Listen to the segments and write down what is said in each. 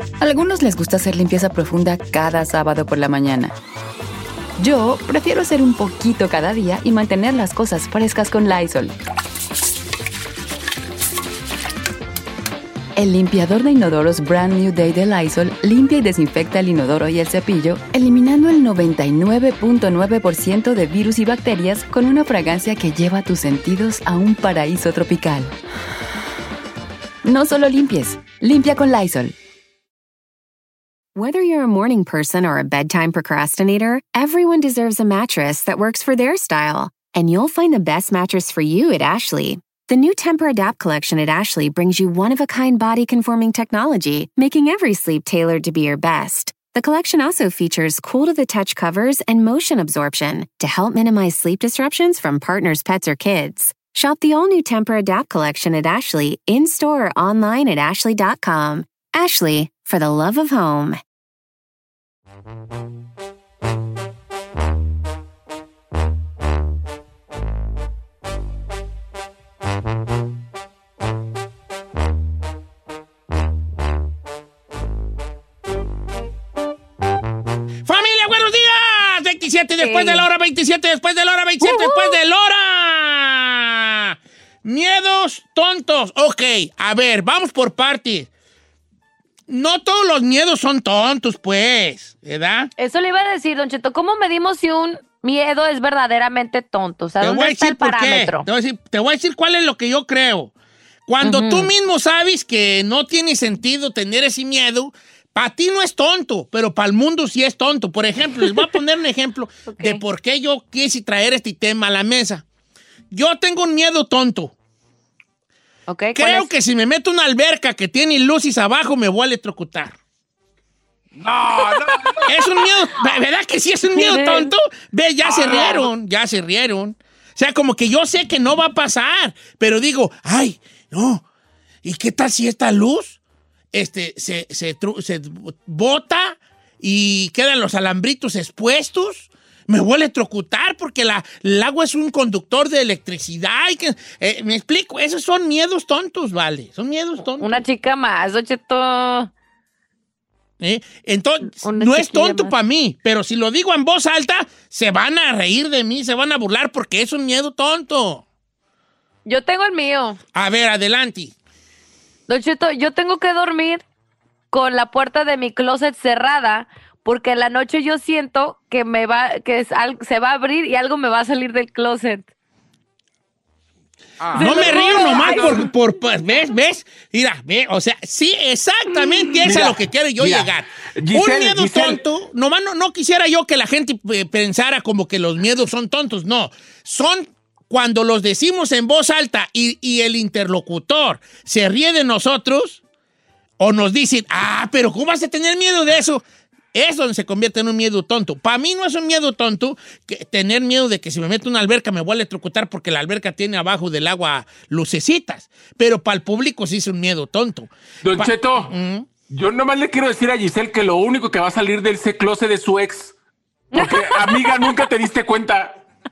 A algunos les gusta hacer limpieza profunda cada sábado por la mañana. Yo prefiero hacer un poquito cada día y mantener las cosas frescas con Lysol. El limpiador de inodoros Brand New Day de Lysol limpia y desinfecta el inodoro y el cepillo, eliminando el 99.9% de virus y bacterias con una fragancia que lleva tus sentidos a un paraíso tropical. No solo limpies, limpia con Lysol. Whether you're a morning person or a bedtime procrastinator, everyone deserves a mattress that works for their style. And you'll find the best mattress for you at Ashley. The new Temper-Adapt collection at Ashley brings you one-of-a-kind body-conforming technology, making every sleep tailored to be your best. The collection also features cool-to-the-touch covers and motion absorption to help minimize sleep disruptions from partners, pets, or kids. Shop the all-new Temper-Adapt collection at Ashley, in-store or online at ashley.com. Ashley, for the love of home. ¡Familia, buenos días! 27 después de la hora, 27 después de la hora, 27 después de la hora. Miedos tontos. Ok, a ver, vamos por partes. No todos los miedos son tontos, pues, ¿verdad? Eso le iba a decir, Don Cheto. ¿Cómo medimos si un miedo es verdaderamente tonto? O sea, ¿dónde está el parámetro? Te voy a decir cuál es lo que yo creo. Cuando tú mismo sabes que no tiene sentido tener ese miedo, para ti no es tonto, pero para el mundo sí es tonto. Por ejemplo, les voy a poner un ejemplo de por qué yo quise traer este tema a la mesa. Yo tengo un miedo tonto. Okay, creo que si me meto en una alberca que tiene luces abajo, me voy a electrocutar. No. Es un miedo, ¿verdad que sí es un miedo tonto? Ve, ya se rieron. O sea, como que yo sé que no va a pasar, pero digo, ay, no. ¿Y qué tal si esta luz se bota y quedan los alambritos expuestos? Me voy a electrocutar porque el agua es un conductor de electricidad. Me explico, esos son miedos tontos, ¿vale? Son miedos tontos. Una chica más, Don Cheto. Entonces, no es tonto para mí, pero si lo digo en voz alta, se van a reír de mí, se van a burlar porque es un miedo tonto. Yo tengo el mío. A ver, adelante. Don Cheto, yo tengo que dormir con la puerta de mi closet cerrada porque en la noche yo siento que se va a abrir y algo me va a salir del closet. No me río nomás ¿ves? Mira, o sea, sí, exactamente es a lo que quiero yo llegar. Giselle, un miedo tonto, nomás no quisiera yo que la gente pensara como que los miedos son tontos, no. Son cuando los decimos en voz alta y el interlocutor se ríe de nosotros o nos dicen, pero ¿cómo vas a tener miedo de eso? Es donde se convierte en un miedo tonto. Para mí no es un miedo tonto tener miedo de que si me meto en una alberca me voy a electrocutar porque la alberca tiene abajo del agua lucecitas. Pero para el público sí es un miedo tonto. Don Cheto, yo nomás le quiero decir a Giselle que lo único que va a salir de ese closet es su ex. Porque, amiga, nunca te diste cuenta.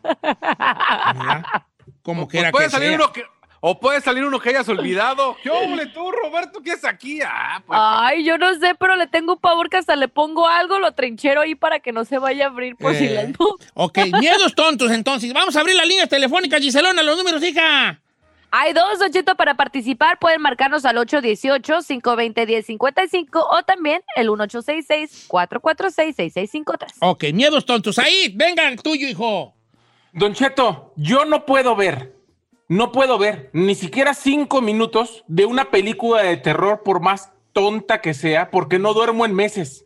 Mira, como que era puede que salir sea. uno que... O puede salir uno que hayas olvidado. ¿Qué hombre tú, Roberto? ¿Qué es aquí? Pues. Ay, yo no sé, pero le tengo un pavor que hasta le pongo algo, lo trinchero ahí para que no se vaya a abrir por si las no. Ok, miedos tontos entonces. Vamos a abrir las líneas telefónicas, Giselona, los números, hija. Hay dos, Don Cheto, para participar. Pueden marcarnos al 818-520-1055 o también el 1866-446-6653. Ok, miedos tontos. Ahí, venga, tuyo, hijo. Don Cheto, yo no puedo ver ni siquiera 5 minutos de una película de terror, por más tonta que sea, porque no duermo en meses.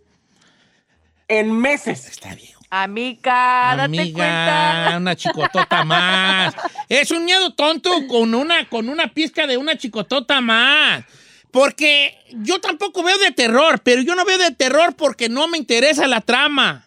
En meses. Está bien. Amiga, date cuenta. Una chicotota más. Es un miedo tonto con una pizca de una chicotota más. Porque yo tampoco veo de terror, pero yo no veo de terror porque no me interesa la trama.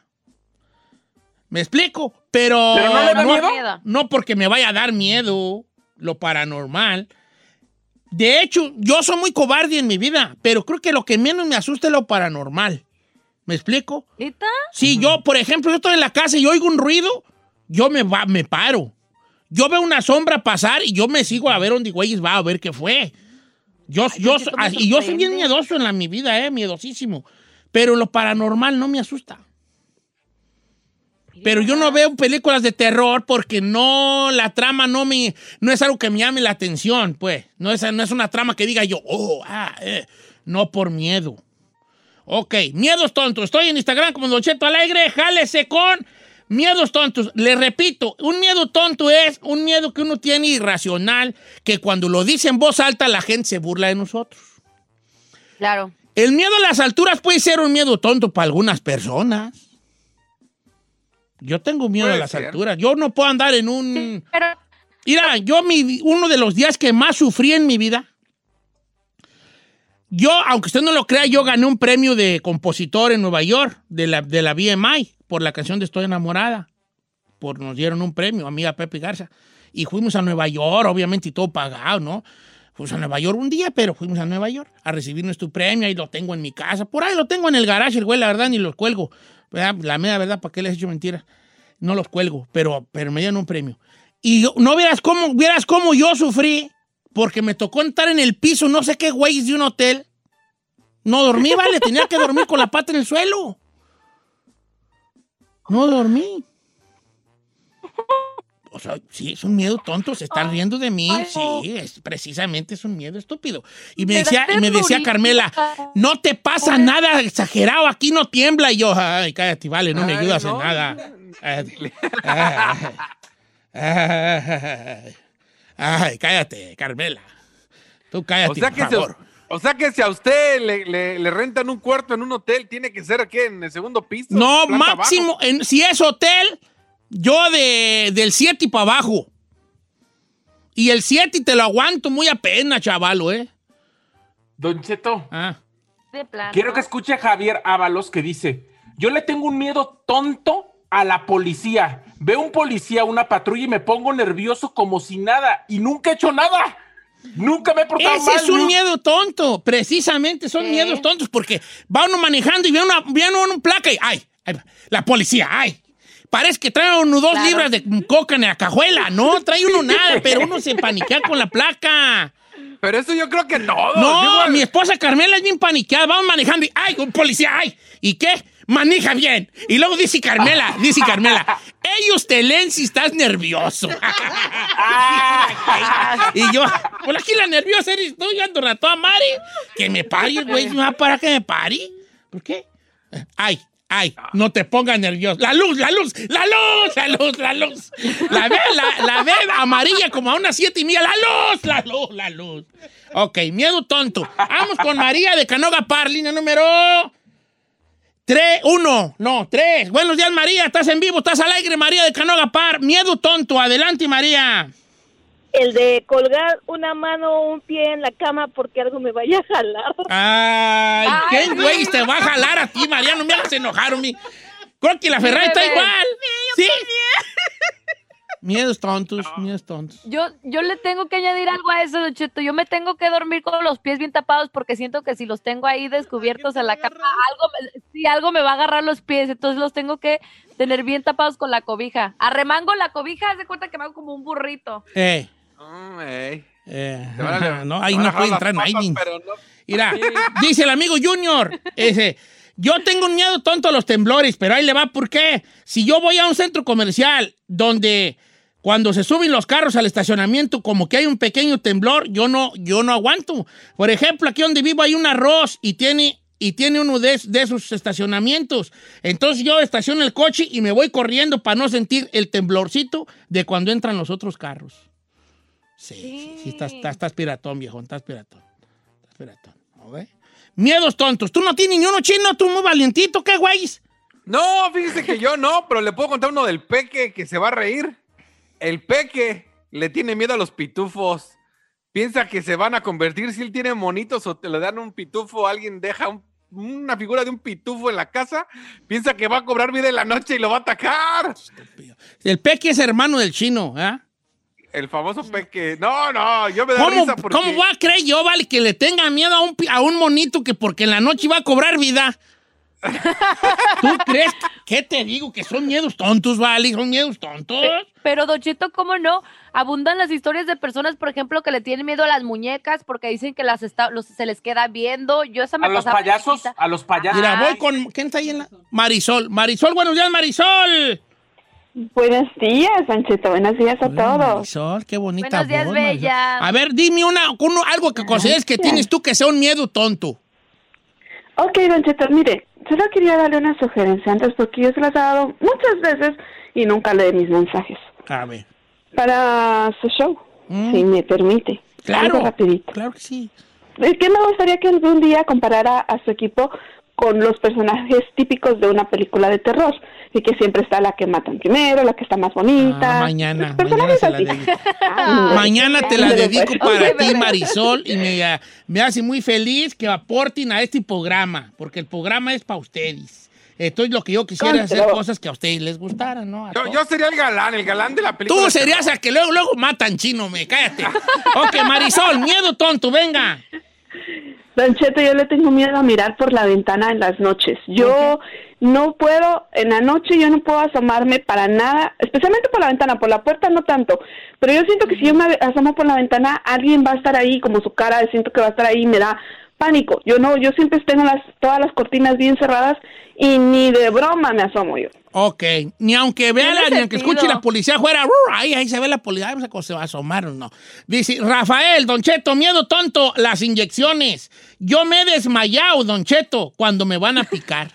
¿Me explico? Pero no le da miedo. No porque me vaya a dar miedo lo paranormal. De hecho, yo soy muy cobarde en mi vida, pero creo que lo que menos me asusta es lo paranormal. ¿Me explico? ¿Neta? Sí, yo, por ejemplo, yo estoy en la casa y oigo un ruido, yo me paro. Yo veo una sombra pasar y yo me sigo a ver dónde güeyes va a ver qué fue. Yo soy bien miedoso en mi vida, miedosísimo. Pero lo paranormal no me asusta. Pero yo no veo películas de terror porque la trama no es algo que me llame la atención, pues. No es una trama que diga yo, no por miedo. Ok, miedos tontos. Estoy en Instagram como Don Cheto Alegre, jálese con miedos tontos. Le repito, un miedo tonto es un miedo que uno tiene irracional, que cuando lo dice en voz alta la gente se burla de nosotros. Claro. El miedo a las alturas puede ser un miedo tonto para algunas personas. Yo tengo miedo a las alturas. Yo no puedo andar en un... Sí, pero... Mira, uno de los días que más sufrí en mi vida, aunque usted no lo crea, yo gané un premio de compositor en Nueva York, de la BMI, por la canción de Estoy Enamorada. Nos dieron un premio, a mí, a Pepe Garza. Y fuimos a Nueva York, obviamente, y todo pagado, ¿no? Fuimos a Nueva York un día, pero fuimos a Nueva York a recibir nuestro premio. Ahí lo tengo en mi casa. Por ahí lo tengo en el garage, el güey, la verdad, ni los cuelgo. La media verdad, ¿para qué les he hecho mentiras? No los cuelgo, pero me dieron un premio. Y no vieras cómo yo sufrí, porque me tocó estar en el piso, no sé qué güeyes de un hotel. No dormí, vale, tenía que dormir con la pata en el suelo. No dormí. O sea, sí, es un miedo tonto, se están riendo de mí. Sí, precisamente es un miedo estúpido. Y me decía Carmela, no te pasa nada exagerado, aquí no tiembla. Y yo, ay, cállate, vale, no me ayudas en nada. Ay, cállate, Carmela. Tú cállate, por favor. O sea que si a usted le rentan un cuarto en un hotel, ¿tiene que ser aquí en el segundo piso? No, máximo, si es hotel... Yo del 7 y para abajo. Y el 7 te lo aguanto muy apenas, chavalo, ¿eh? Don Cheto, de plano. Quiero que escuche a Javier Ábalos que dice, yo le tengo un miedo tonto a la policía. Veo un policía, una patrulla y me pongo nervioso como si nada. Y nunca he hecho nada. Nunca me he portado mal. Ese es un miedo tonto. Precisamente son miedos tontos porque va uno manejando y viene una placa y ¡ay! La policía, ¡ay! Parece que trae uno 2 libras de coca en la cajuela. No, trae uno nada, pero uno se paniquea con la placa. Pero eso yo creo que todos. No, mi esposa Carmela es bien paniqueada. Vamos manejando y ¡ay, un policía! ¡Ay! ¿Y qué? Maneja bien. Y luego dice Carmela, ellos te leen si estás nervioso. Y yo, por aquí la nerviosa eres tú, yo ando rato a Mari. Que me pare, güey, ¿me va para que me pare? ¿Por qué? ¡Ay! No te pongas nervioso. La luz. La ve amarilla como a unas 7:30. La luz. Ok, miedo tonto. Vamos con María de Canoga Park, línea número 3. Buenos días, María. Estás en vivo, estás al aire, María de Canoga Park. Miedo tonto. Adelante, María. El de colgar una mano o un pie en la cama porque algo me vaya a jalar. Ay, ¿qué güey te va a jalar a ti, María? No me hagas enojar, mi. Creo que la Ferrari está igual. Sí. Miedos tontos. Yo le tengo que añadir algo a eso, Don Cheto. Yo me tengo que dormir con los pies bien tapados porque siento que si los tengo ahí descubiertos en la cama, algo me va a agarrar los pies. Entonces los tengo que tener bien tapados con la cobija. Arremango la cobija, haz de cuenta que me hago como un burrito. No, ahí no puede entrar nadie. No. Mira, dice el amigo Junior, yo tengo un miedo tonto a los temblores, pero ahí le va, ¿por qué? Si yo voy a un centro comercial donde cuando se suben los carros al estacionamiento como que hay un pequeño temblor, yo no aguanto. Por ejemplo, aquí donde vivo hay un arroz y tiene uno de esos estacionamientos. Entonces yo estaciono el coche y me voy corriendo para no sentir el temblorcito de cuando entran los otros carros. Sí, estás piratón, viejo, estás piratón. ¿Okay? Miedos tontos. Tú no tienes ni uno chino, tú muy valientito, ¿qué güeyes? No, fíjese que yo no, pero le puedo contar uno del Peque que se va a reír. El Peque le tiene miedo a los pitufos. Piensa que se van a convertir si él tiene monitos o te le dan un pitufo, alguien deja una figura de un pitufo en la casa, piensa que va a cobrar vida en la noche y lo va a atacar. El Peque es hermano del chino, ¿eh? El famoso Peque. No, yo me da risa porque... ¿Cómo voy a creer yo, vale, que le tenga miedo a un monito que porque en la noche va a cobrar vida? ¿Tú crees? ¿Qué te digo? Que son miedos tontos, ¿vale? Son miedos tontos. Pero, Don Cheto, ¿cómo no? Abundan las historias de personas, por ejemplo, que le tienen miedo a las muñecas porque dicen que se les queda viendo. Yo esa me A los pasaba payasos, chiquita. a los payasos. Mira, voy con... ¿Quién está ahí en la...? Marisol. Marisol, buenos días, Marisol. Buenos días, Don Cheto. Buenos días a Hola, todos. Marisol, qué bonita Buenos días, voz, Marisol. bella. A ver, dime algo que consideres que tienes tú que sea un miedo tonto. Ok, Don Cheto, mire, solo quería darle una sugerencia antes porque yo se las he dado muchas veces y nunca lee mis mensajes. A ver. Para su show, si me permite. Claro, Algo rapidito. claro que sí. Es que me gustaría que algún día comparara a su equipo con los personajes típicos de una película de terror. Y que siempre está la que matan primero, la que está más bonita. Mañana Personajes se la así. dedico. Ándale. Mañana te la Ándale, dedico pues. para Ok, ti, bebé. Marisol, y me hace muy feliz que aporten a este programa, porque el programa es para ustedes. Entonces, lo que yo quisiera es hacer Pero- cosas que a ustedes les gustaran, ¿no? A todos. Yo sería el galán de la película. Tú serías el que luego matan chino, cállate. Ok, Marisol, miedo tonto, venga. Don Cheto, yo le tengo miedo a mirar por la ventana en las noches. Yo no puedo, en la noche yo no puedo asomarme para nada, especialmente por la ventana, por la puerta no tanto, pero yo siento que si yo me asomo por la ventana, alguien va a estar ahí, como su cara, siento que va a estar ahí y me da pánico. Yo siempre tengo todas las cortinas bien cerradas y ni de broma me asomo yo. Ok, ni aunque vea, Tiene ni aunque sentido. escuche la policía afuera, ahí se ve la policía, vamos a se va a asomar, no. Dice, Rafael, Don Cheto, miedo tonto, las inyecciones. Yo me he desmayado, Don Cheto, cuando me van a picar.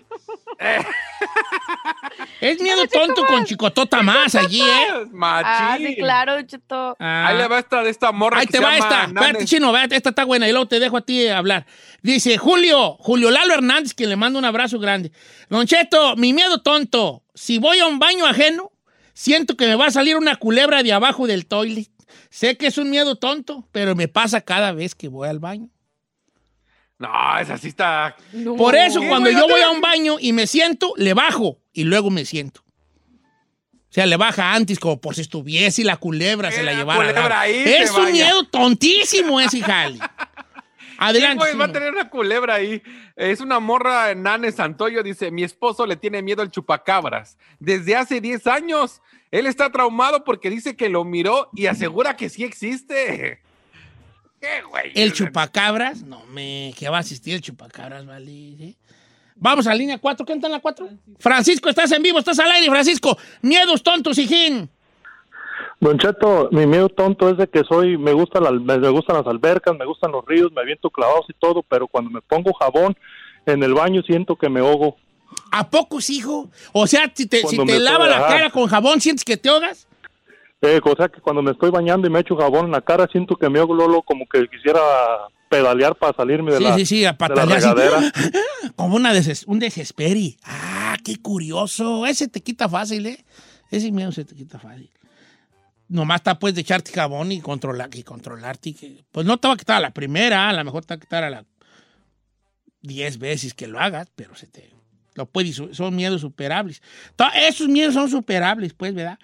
Es miedo tonto con chicotota más allí, ¿eh? Machín. Ah, sí, claro, Don Cheto. Ah. Ahí le va esta de esta morra Ahí que te se va llama esta. Nanes. Espérate, chino, vea, esta está buena y luego te dejo a ti hablar. Dice Julio Lalo Hernández, que le mando un abrazo grande. Don Cheto, mi miedo tonto. Si voy a un baño ajeno, siento que me va a salir una culebra de abajo del toilet. Sé que es un miedo tonto, pero me pasa cada vez que voy al baño. No, esa sí está. Por eso, ¿Qué, cuando güey? yo No te- voy a un baño y me siento, le bajo y luego me siento. O sea, le baja antes, como por si estuviese y la culebra se la La llevara. al culebra lado. ahí Es se un vaya. miedo tontísimo ese jale. Adelante. ¿Quién, güey, va a chino. tener una culebra ahí? Es una morra, Nanes Santoyo, dice, mi esposo le tiene miedo al chupacabras. Desde hace 10 años. Él está traumado porque dice que lo miró y asegura que sí existe. ¿Qué, güey? El chupacabras, ¿qué va a asistir el chupacabras, vale? ¿Sí? Vamos a línea 4, ¿quién está en la 4? Francisco, estás en vivo, estás al aire, Francisco. Miedos tontos, hijín. Don Cheto, mi miedo tonto es de que me gustan las albercas, me gustan los ríos, me aviento clavados y todo, pero cuando me pongo jabón en el baño siento que me ahogo. ¿A poco, hijo? O sea, si te Cuando me lava puede la dejar. cara con jabón, ¿sientes que te ahogas? O sea que cuando me estoy bañando y me echo jabón en la cara siento que me ahogo, Lolo, como que quisiera pedalear para salirme de Sí, a de la patalear así. regadera. Como un desesperi. Ah, qué curioso. Ese te quita fácil, ¿eh? Ese miedo se te quita fácil. Nomás está pues de echarte jabón y controlarte. Pues no te va a quitar a la primera, a lo mejor te va a quitar a la 10 veces que lo hagas, pero son miedos superables. Esos miedos son superables, pues, ¿verdad?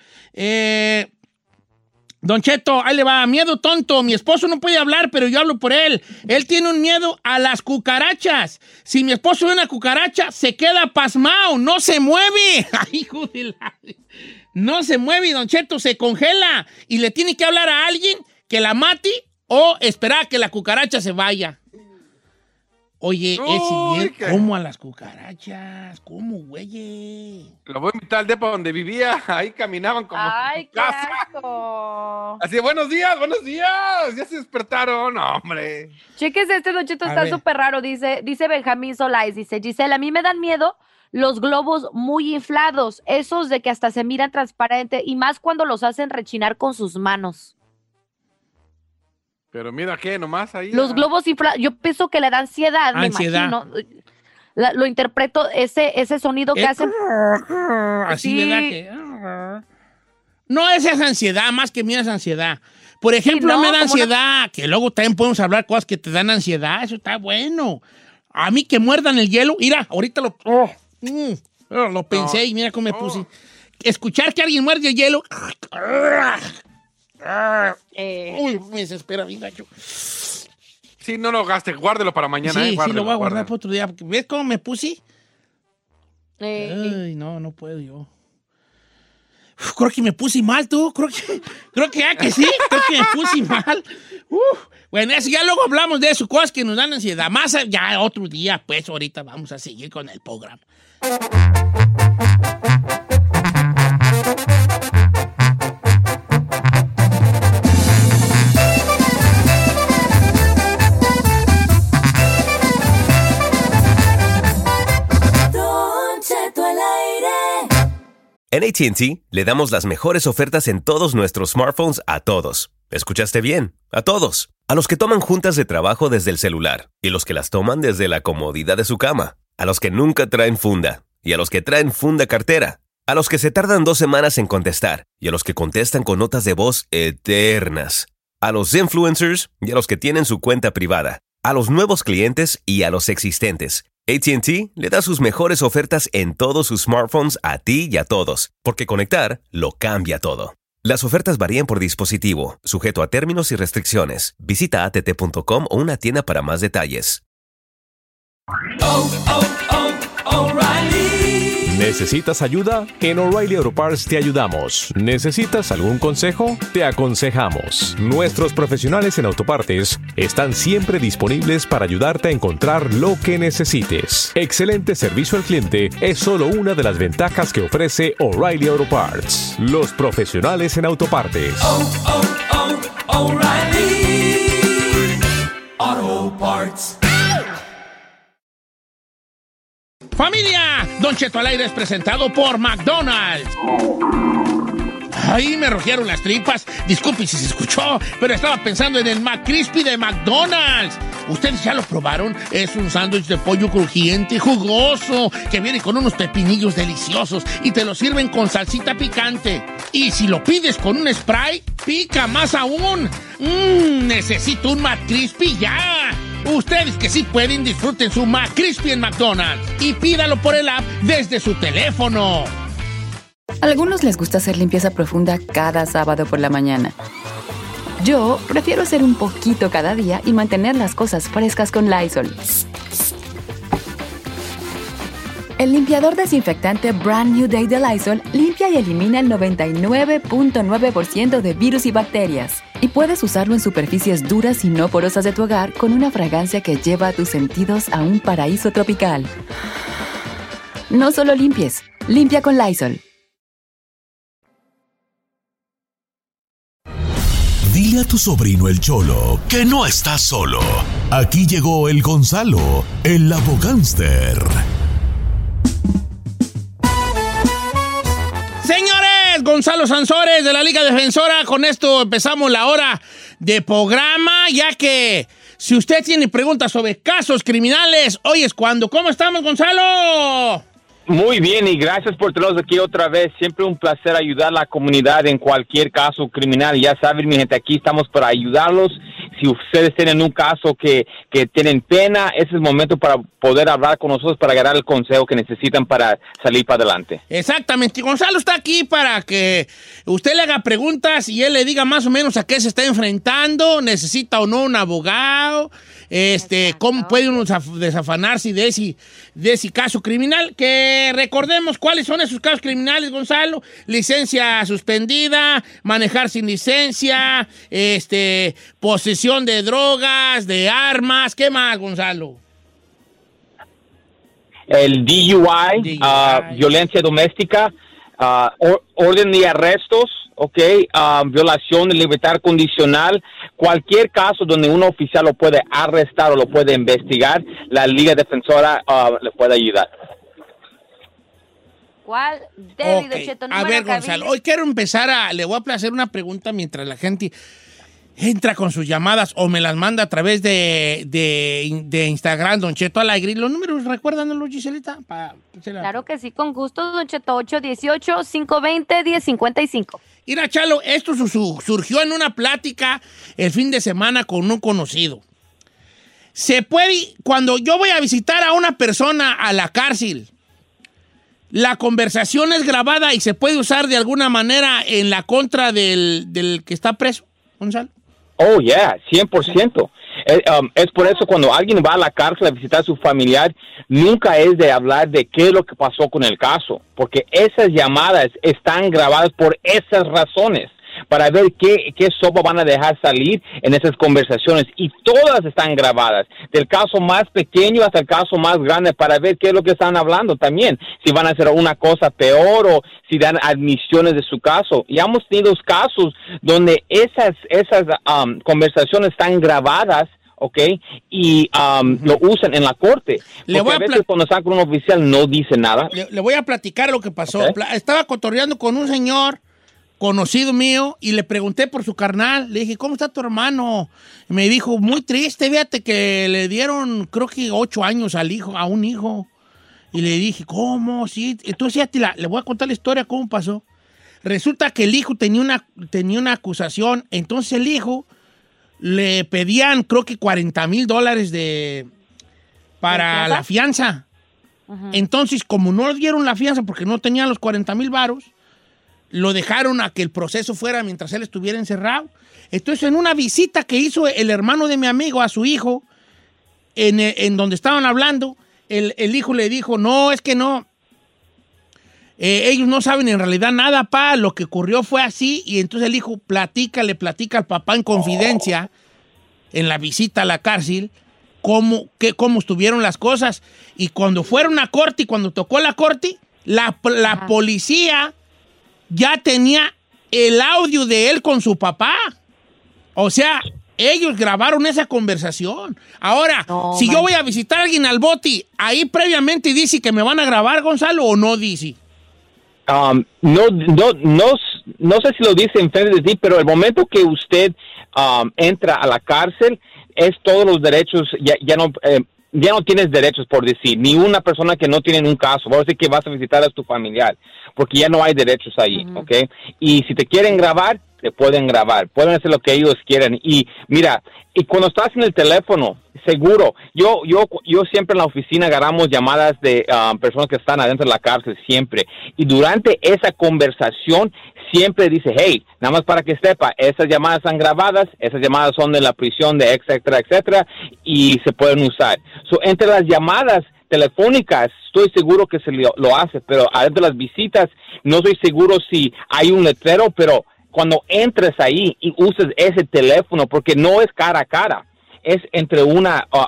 Don Cheto, ahí le va. Miedo tonto. Mi esposo no puede hablar, pero yo hablo por él. Él tiene un miedo a las cucarachas. Si mi esposo ve una cucaracha, se queda pasmado, no se mueve. Ay, hijo de la... No se mueve, Don Cheto, se congela. Y le tiene que hablar a alguien que la mate o esperar a que la cucaracha se vaya. Oye, ese Uy, miedo, qué- ¿cómo a las cucarachas? ¿Cómo, güey? Lo voy a invitar al depa donde vivía. Ahí caminaban como Ay, su qué casa. asco. Así, buenos días. Ya se despertaron. No, hombre. Chéquese, este Don Cheto A está ver. súper raro. Dice Benjamín Solais, dice, Gisela, a mí me dan miedo los globos muy inflados, esos de que hasta se miran transparente y más cuando los hacen rechinar con sus manos. Pero mira qué, nomás ahí. Los globos inflados, yo pienso que le da ansiedad, me Ansiedad. imagino. Lo interpreto, ese sonido que hacen. Así, Sí. ¿verdad? No, esa es ansiedad, más que mía es ansiedad. Por ejemplo, Sí, no, me da como ansiedad, que luego también podemos hablar cosas que te dan ansiedad, eso está bueno. A mí que muerdan el hielo, mira, ahorita lo pensé y mira cómo me puse. Escuchar que alguien muerde el hielo. Uy, me desespera bien gacho. Sí, no lo gaste, guárdelo para mañana. Sí, guárdelo, lo voy a guardar guárdelo. para otro día. Porque ¿ves cómo me puse? Ay, no puedo yo. Creo que me puse mal, tú. Creo que sí. Creo que me puse mal. Bueno, eso, ya luego hablamos de eso. Cosas que nos dan ansiedad. Más ya otro día, pues ahorita vamos a seguir con el programa. En AT&T le damos las mejores ofertas en todos nuestros smartphones a todos. ¿Escuchaste bien? A todos. A los que toman juntas de trabajo desde el celular y los que las toman desde la comodidad de su cama. A los que nunca traen funda y a los que traen funda cartera. A los que se tardan 2 semanas en contestar y a los que contestan con notas de voz eternas. A los influencers y a los que tienen su cuenta privada. A los nuevos clientes y a los existentes. AT&T le da sus mejores ofertas en todos sus smartphones a ti y a todos, porque conectar lo cambia todo. Las ofertas varían por dispositivo, sujeto a términos y restricciones. Visita att.com o una tienda para más detalles. ¿Necesitas ayuda? En O'Reilly Auto Parts te ayudamos. ¿Necesitas algún consejo? Te aconsejamos. Nuestros profesionales en autopartes están siempre disponibles para ayudarte a encontrar lo que necesites. Excelente servicio al cliente es solo una de las ventajas que ofrece O'Reilly Auto Parts. Los profesionales en autopartes. O'Reilly Auto Parts. ¡Familia! Don Cheto al aire es presentado por McDonald's. Ay, me rugieron las tripas. Disculpe si se escuchó, pero estaba pensando en el McCrispy de McDonald's. ¿Ustedes ya lo probaron? Es un sándwich de pollo crujiente y jugoso que viene con unos pepinillos deliciosos y te lo sirven con salsita picante. Y si lo pides con un spray, pica más aún. Necesito un McCrispy ya. Ustedes que sí pueden, disfruten su McCrispy en McDonald's y pídalo por el app desde su teléfono. A algunos les gusta hacer limpieza profunda cada sábado por la mañana. Yo prefiero hacer un poquito cada día y mantener las cosas frescas con Lysol. El limpiador desinfectante Brand New Day de Lysol limpia y elimina el 99.9% de virus y bacterias. Y puedes usarlo en superficies duras y no porosas de tu hogar con una fragancia que lleva a tus sentidos a un paraíso tropical. No solo limpies, limpia con Lysol. Dile a tu sobrino el Cholo que no está solo. Aquí llegó el Gonzalo, el abogánster. Señores, Gonzalo Sansores de la Liga Defensora. Con esto empezamos la hora de programa, ya que si usted tiene preguntas sobre casos criminales, hoy es cuando. ¿Cómo estamos, Gonzalo? Muy bien, y gracias por tenernos aquí otra vez. Siempre un placer ayudar a la comunidad en cualquier caso criminal. Ya saben, mi gente, aquí estamos para ayudarlos. Si ustedes tienen un caso que tienen pena, ese es el momento para poder hablar con nosotros, para agarrar el consejo que necesitan para salir para adelante. Exactamente. Gonzalo está aquí para que usted le haga preguntas y él le diga más o menos a qué se está enfrentando, necesita o no un abogado, cómo puede uno desafanarse de ese caso criminal. Que recordemos cuáles son esos casos criminales, Gonzalo: licencia suspendida, manejar sin licencia, posesión de drogas, de armas. ¿Qué más, Gonzalo? El DUI. Violencia doméstica, orden de arrestos, violación de libertad condicional, cualquier caso donde un oficial lo puede arrestar o lo puede investigar, la Liga Defensora le puede ayudar. ¿Cuál? David Cheto, a ver, Gonzalo, hoy quiero empezar le voy a hacer una pregunta mientras la gente entra con sus llamadas o me las manda a través de Instagram, Don Cheto al aire. ¿Los números recuérdanos, Giselita? Claro que sí, con gusto, Don Cheto. 818-520-1055. Mira, Chalo, esto surgió en una plática el fin de semana con un conocido. Se puede, cuando yo voy a visitar a una persona a la cárcel, la conversación es grabada y se puede usar de alguna manera en la contra del que está preso, Gonzalo. Oh, yeah, 100%. Es por eso cuando alguien va a la cárcel a visitar a su familiar, nunca es de hablar de qué es lo que pasó con el caso, porque esas llamadas están grabadas por esas razones, para ver qué sopa van a dejar salir en esas conversaciones, y todas están grabadas, del caso más pequeño hasta el caso más grande, para ver qué es lo que están hablando también, si van a hacer una cosa peor o si dan admisiones de su caso. Y hemos tenido casos donde esas conversaciones están grabadas, ¿ok? Y lo usan en la corte. Porque a veces cuando están con un oficial no dice nada. Le voy a platicar lo que pasó. Okay. Estaba cotorreando con un señor conocido mío y le pregunté por su carnal. Le dije, ¿cómo está tu hermano? Y me dijo, muy triste, fíjate que le dieron creo que 8 años a un hijo. Y le dije, ¿cómo? Sí. Entonces le voy a contar la historia, cómo pasó. Resulta que el hijo tenía una acusación. Entonces el hijo le pedían creo que $40,000 para la fianza. Uh-huh. Entonces, como no le dieron la fianza porque no tenían los 40,000 varos, lo dejaron a que el proceso fuera mientras él estuviera encerrado. Entonces, en una visita que hizo el hermano de mi amigo a su hijo, en donde estaban hablando, el hijo le dijo, no, es que no, ellos no saben en realidad nada, pa, lo que ocurrió fue así. Y entonces el hijo le platica al papá en confidencia, en la visita a la cárcel, cómo estuvieron las cosas. Y cuando fueron a corte y cuando tocó la corte, la policía ya tenía el audio de él con su papá. O sea, ellos grabaron esa conversación. Ahora, si yo voy a visitar a alguien al bote, ahí previamente dice que me van a grabar, Gonzalo, ¿o no dice? No sé si lo dice en frente de ti, pero el momento que usted entra a la cárcel, es todos los derechos, ya no tienes derechos, por decir, ni una persona que no tiene un caso. Vamos a decir que vas a visitar a tu familiar, porque ya no hay derechos ahí, uh-huh. ¿Ok? Y si te quieren grabar, te pueden grabar, pueden hacer lo que ellos quieran. Y mira, y cuando estás en el teléfono, seguro, yo siempre en la oficina agarramos llamadas de personas que están adentro de la cárcel, siempre. Y durante esa conversación, siempre dice, hey, nada más para que sepa, esas llamadas están grabadas, esas llamadas son de la prisión, de etcétera, etcétera, y se pueden usar. Entre las llamadas telefónicas, estoy seguro que se lo hace, pero adentro de las visitas, no estoy seguro si hay un letrero, pero cuando entres ahí y uses ese teléfono, porque no es cara a cara, es entre un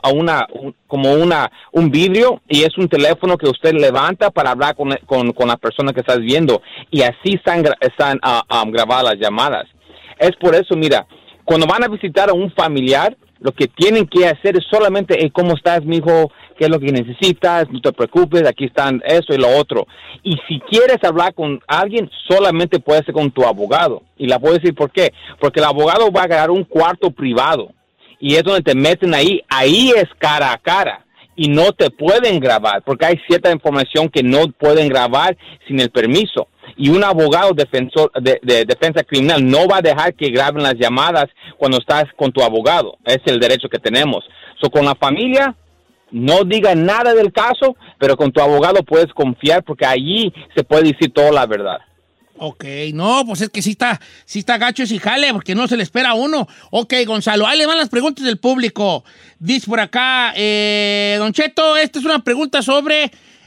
vidrio, y es un teléfono que usted levanta para hablar con la persona que estás viendo, y así están grabadas las llamadas. Es por eso, mira, cuando van a visitar a un familiar, lo que tienen que hacer es solamente, hey, ¿cómo estás, mijo? ¿Qué es lo que necesitas? No te preocupes, aquí están eso y lo otro. Y si quieres hablar con alguien, solamente puede ser con tu abogado. Y la puedo decir por qué. Porque el abogado va a ganar un cuarto privado. Y es donde te meten ahí es cara a cara. Y no te pueden grabar, porque hay cierta información que no pueden grabar sin el permiso. Y un abogado defensor de defensa criminal no va a dejar que graben las llamadas cuando estás con tu abogado. Es el derecho que tenemos. Con la familia, no diga nada del caso, pero con tu abogado puedes confiar, porque allí se puede decir toda la verdad. Ok, no, pues es que sí está gacho ese jale, porque no se le espera a uno. Ok, Gonzalo, ahí le van las preguntas del público. Dice por acá, Don Cheto, esta es una pregunta sobre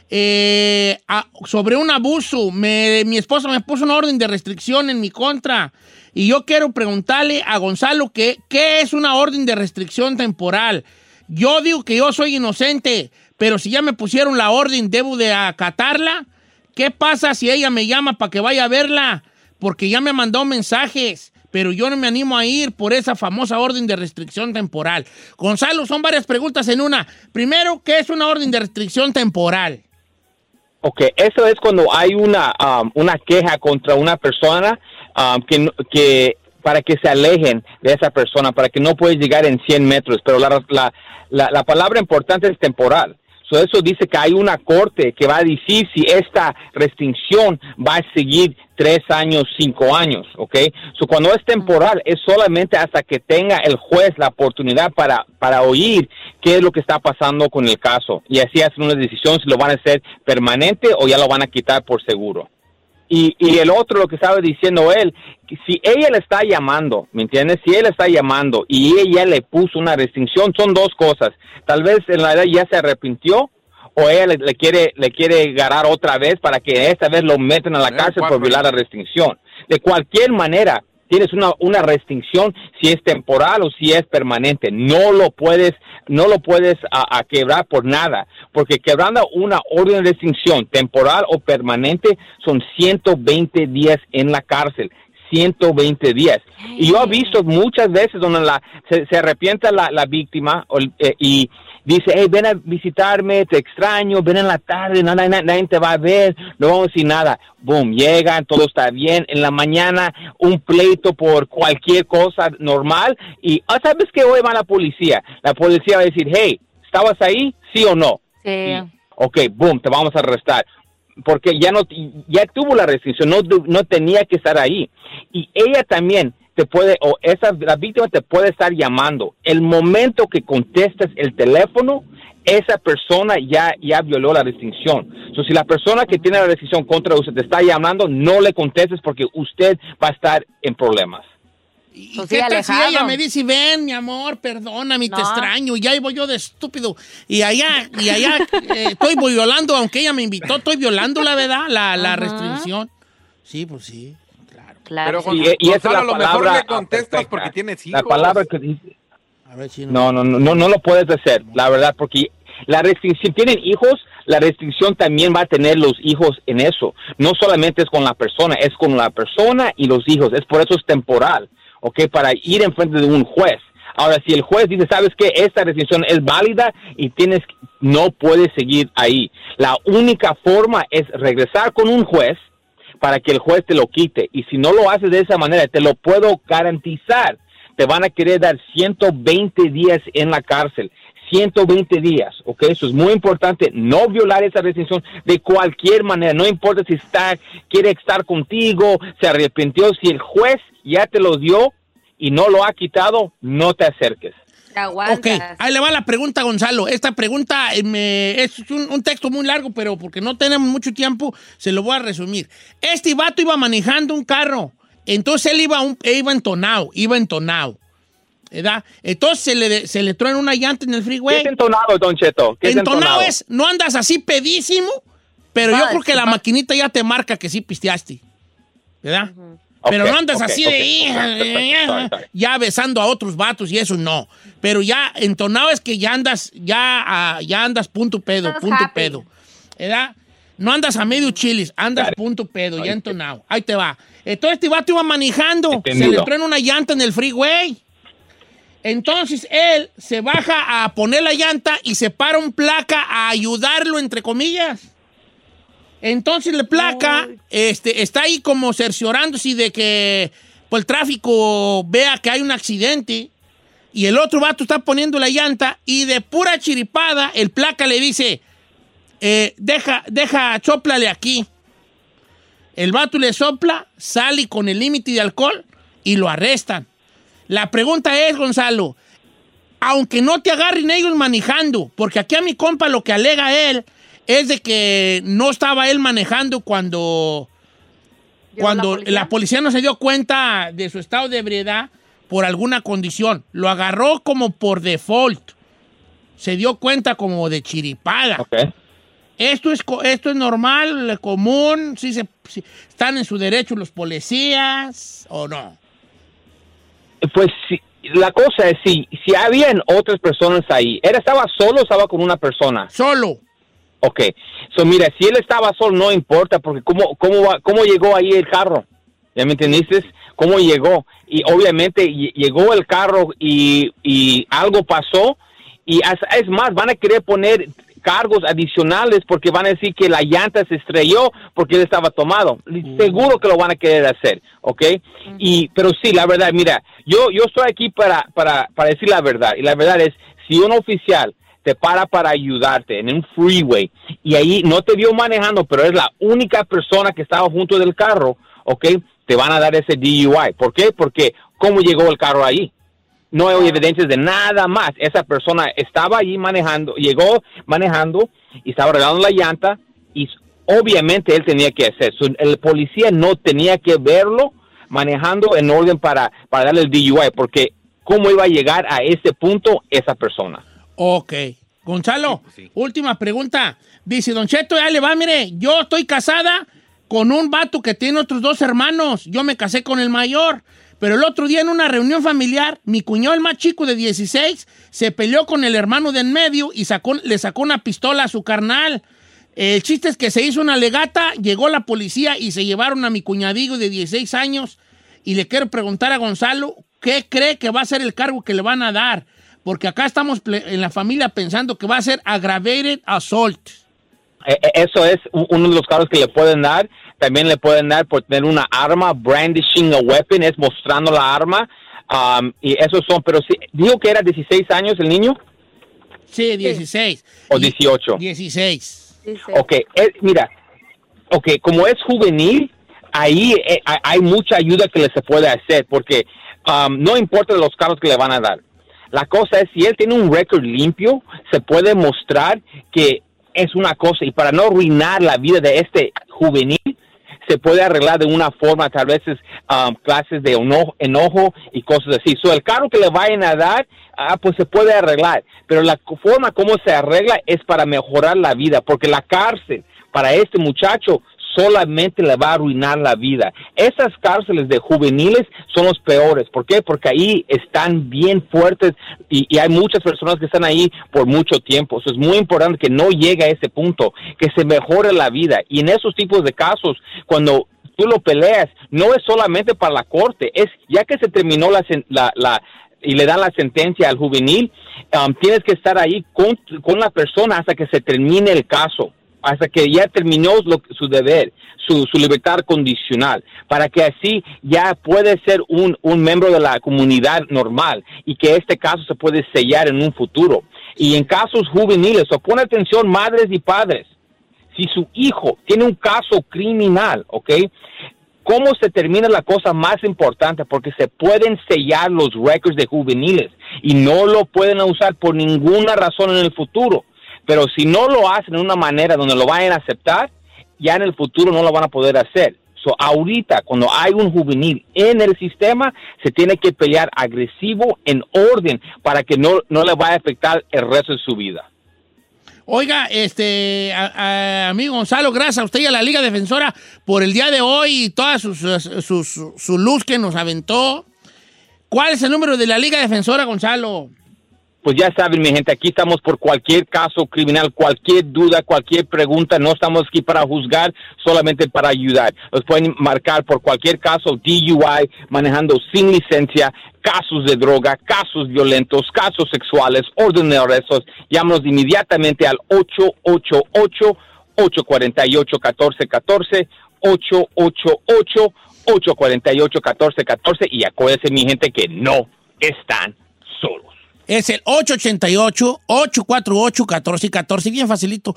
un abuso. Mi esposa me puso una orden de restricción en mi contra, y yo quiero preguntarle a Gonzalo ¿qué es una orden de restricción temporal? Yo digo que yo soy inocente, pero si ya me pusieron la orden, ¿debo de acatarla? ¿Qué pasa si ella me llama para que vaya a verla? Porque ya me mandó mensajes, pero yo no me animo a ir por esa famosa orden de restricción temporal. Gonzalo, son varias preguntas en una. Primero, ¿qué es una orden de restricción temporal? Ok, eso es cuando hay una queja contra una persona que para que se alejen de esa persona, para que no puedes llegar en 100 metros. Pero la palabra importante es temporal. Eso dice que hay una corte que va a decir si esta restricción va a seguir 3 años, 5 años, ¿ok? Cuando es temporal, es solamente hasta que tenga el juez la oportunidad para oír qué es lo que está pasando con el caso. Y así hacen una decisión si lo van a hacer permanente o ya lo van a quitar por seguro. Y el otro, lo que estaba diciendo él, que si ella le está llamando, ¿me entiendes? Si él está llamando y ella le puso una restricción, son dos cosas. Tal vez en la edad ya se arrepintió o ella le quiere agarrar otra vez para que esta vez lo metan a la cárcel por violar la restricción. De cualquier manera, tienes una restricción si es temporal o si es permanente. No lo puedes a quebrar por nada, porque quebrando una orden de restricción temporal o permanente son 120 días en la cárcel. 120 días. Y yo he visto muchas veces donde se arrepienta la víctima y dice, hey, ven a visitarme, te extraño, ven en la tarde, nadie te va a ver, no vamos a decir nada. Boom, llegan, todo está bien. En la mañana, un pleito por cualquier cosa normal y, ¿sabes qué? Hoy va la policía. La policía va a decir, hey, ¿estabas ahí? ¿Sí o no? Sí. Ok, boom, te vamos a arrestar. Porque ya tuvo la restricción, no tenía que estar ahí. Y ella también la víctima te puede estar llamando. El momento que contestas el teléfono, esa persona ya violó la restricción. Si la persona que tiene la restricción contra usted te está llamando, no le contestes porque usted va a estar en problemas. ¿Y qué tal si ella me dice, ven, mi amor, perdóname, te extraño, y ya voy yo de estúpido, y allá estoy violando, aunque ella me invitó, estoy violando la verdad, la restricción? Sí, pues sí, claro. Pero y Gonzalo, a lo mejor le contestas perfecta, porque tienes hijos. La palabra que dice... A ver si no lo puedes hacer, la verdad, porque la restricción, si tienen hijos, la restricción también va a tener los hijos en eso. No solamente es con la persona, es con la persona y los hijos, es por eso es temporal. Okay, para ir en frente de un juez. Ahora, si el juez dice, ¿sabes qué? Esta restricción es válida y no puedes seguir ahí. La única forma es regresar con un juez para que el juez te lo quite. Y si no lo haces de esa manera, te lo puedo garantizar. Te van a querer dar 120 días en la cárcel. 120 días, ¿ok? Eso es muy importante, no violar esa restricción de cualquier manera, no importa si quiere estar contigo, se arrepintió, si el juez ya te lo dio y no lo ha quitado, no te acerques. Ok, ahí le va la pregunta, Gonzalo. Esta pregunta es un texto muy largo, pero porque no tenemos mucho tiempo, se lo voy a resumir. Este vato iba manejando un carro, entonces él iba entonado. ¿Verdad? Entonces se le truena una llanta en el freeway. ¿Qué es entonado, Don Cheto? ¿Qué es entonado? No andas así pedísimo, pero yo creo que la maquinita ya te marca que sí pisteaste. ¿Verdad? Pero no andas así de ya besando a otros vatos y eso no. Pero ya entonado es que ya andas punto pedo. ¿Verdad? No andas a medio chilis, andas punto pedo, ya entonado. Ahí te va. Entonces este vato iba manejando, se le truena una llanta en el freeway. Entonces él se baja a poner la llanta y se para un placa a ayudarlo, entre comillas. Entonces la placa está ahí como cerciorándose de que pues, el tráfico vea que hay un accidente y el otro vato está poniendo la llanta y de pura chiripada el placa le dice, sóplale aquí. El vato le sopla, sale con el límite de alcohol y lo arrestan. La pregunta es, Gonzalo, aunque no te agarren ellos manejando, porque aquí a mi compa lo que alega él es de que no estaba él manejando cuando la policía no se dio cuenta de su estado de ebriedad por alguna condición. Lo agarró como por default. Se dio cuenta como de chiripada. Okay. ¿Esto es normal, común? ¿Sí están en su derecho los policías o no? Pues sí, la cosa es si habían otras personas ahí. ¿Él estaba solo o estaba con una persona? Solo. Ok. Mira, si él estaba solo no importa porque ¿cómo llegó ahí el carro? ¿Ya me entendiste? ¿Cómo llegó? Y obviamente llegó el carro y algo pasó y es más, van a querer poner cargos adicionales porque van a decir que la llanta se estrelló porque él estaba tomado. Seguro que lo van a querer hacer, ¿ok? Pero sí, la verdad, mira, yo estoy aquí para decir la verdad. Y la verdad es, si un oficial te para ayudarte en un freeway y ahí no te vio manejando, pero es la única persona que estaba junto del carro, ¿ok? Te van a dar ese DUI. ¿Por qué? Porque ¿cómo llegó el carro ahí? No hay evidencias de nada más. Esa persona estaba ahí llegó manejando y estaba arreglando la llanta y obviamente él tenía que hacer. El policía no tenía que verlo manejando en orden para darle el DUI, porque ¿cómo iba a llegar a ese punto esa persona? Ok. Gonzalo, sí. Última pregunta. Dice, Don Cheto, ya le va, mire, yo estoy casada con un vato que tiene otros 2 hermanos. Yo me casé con el mayor. Pero el otro día en una reunión familiar, mi cuñado, el más chico de 16, se peleó con el hermano de en medio y le sacó una pistola a su carnal. El chiste es que se hizo una legata, llegó la policía y se llevaron a mi cuñadillo de 16 años. Y le quiero preguntar a Gonzalo, ¿qué cree que va a ser el cargo que le van a dar? Porque acá estamos en la familia pensando que va a ser aggravated assault. Eso es uno de los cargos que le pueden dar. También le pueden dar por tener una arma, brandishing a weapon, es mostrando la arma. Y esos son, pero sí, dijo que era 16 años el niño. Sí, 16. O 18. 16. Ok, mira, como es juvenil, ahí hay mucha ayuda que se puede hacer, porque no importa los cargos que le van a dar. La cosa es, si él tiene un récord limpio, se puede mostrar que es una cosa, y para no arruinar la vida de este juvenil, se puede arreglar de una forma, tal vez clases de enojo y cosas así. El cargo que le vayan a dar, pues se puede arreglar, pero la forma como se arregla es para mejorar la vida, porque la cárcel para este muchacho solamente le va a arruinar la vida. Esas cárceles de juveniles son los peores. ¿Por qué? Porque ahí están bien fuertes y hay muchas personas que están ahí por mucho tiempo. Es muy importante que no llegue a ese punto, que se mejore la vida. Y en esos tipos de casos, cuando tú lo peleas, no es solamente para la corte, es ya que se terminó y le dan la sentencia al juvenil, tienes que estar ahí con la persona hasta que se termine el caso, hasta que ya terminó su deber, su libertad condicional, para que así ya puede ser un miembro de la comunidad normal y que este caso se puede sellar en un futuro. Y en casos juveniles, pon atención madres y padres, si su hijo tiene un caso criminal, ¿ok? ¿Cómo se termina la cosa más importante? Porque se pueden sellar los récords de juveniles y no lo pueden usar por ninguna razón en el futuro. Pero si no lo hacen de una manera donde lo vayan a aceptar, ya en el futuro no lo van a poder hacer. Ahorita, cuando hay un juvenil en el sistema, se tiene que pelear agresivo, en orden, para que no le vaya a afectar el resto de su vida. Oiga, amigo Gonzalo, gracias a usted y a la Liga Defensora por el día de hoy y toda su luz que nos aventó. ¿Cuál es el número de la Liga Defensora, Gonzalo? Pues ya saben, mi gente, aquí estamos por cualquier caso criminal, cualquier duda, cualquier pregunta. No estamos aquí para juzgar, solamente para ayudar. Los pueden marcar por cualquier caso, DUI, manejando sin licencia, casos de droga, casos violentos, casos sexuales, orden de arrestos. Llámanos inmediatamente al 888-848-1414, 888-848-1414. Y acuérdense, mi gente, que no están solos. Es el 888-848-1414. Bien facilito.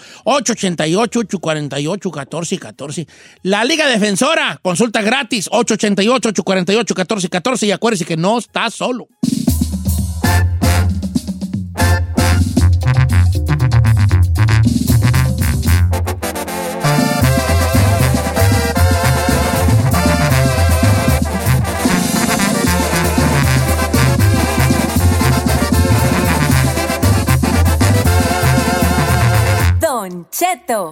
888-848-1414. La Liga Defensora. Consulta gratis. 888-848-1414. Y acuérdese que no está solo. Don Cheto.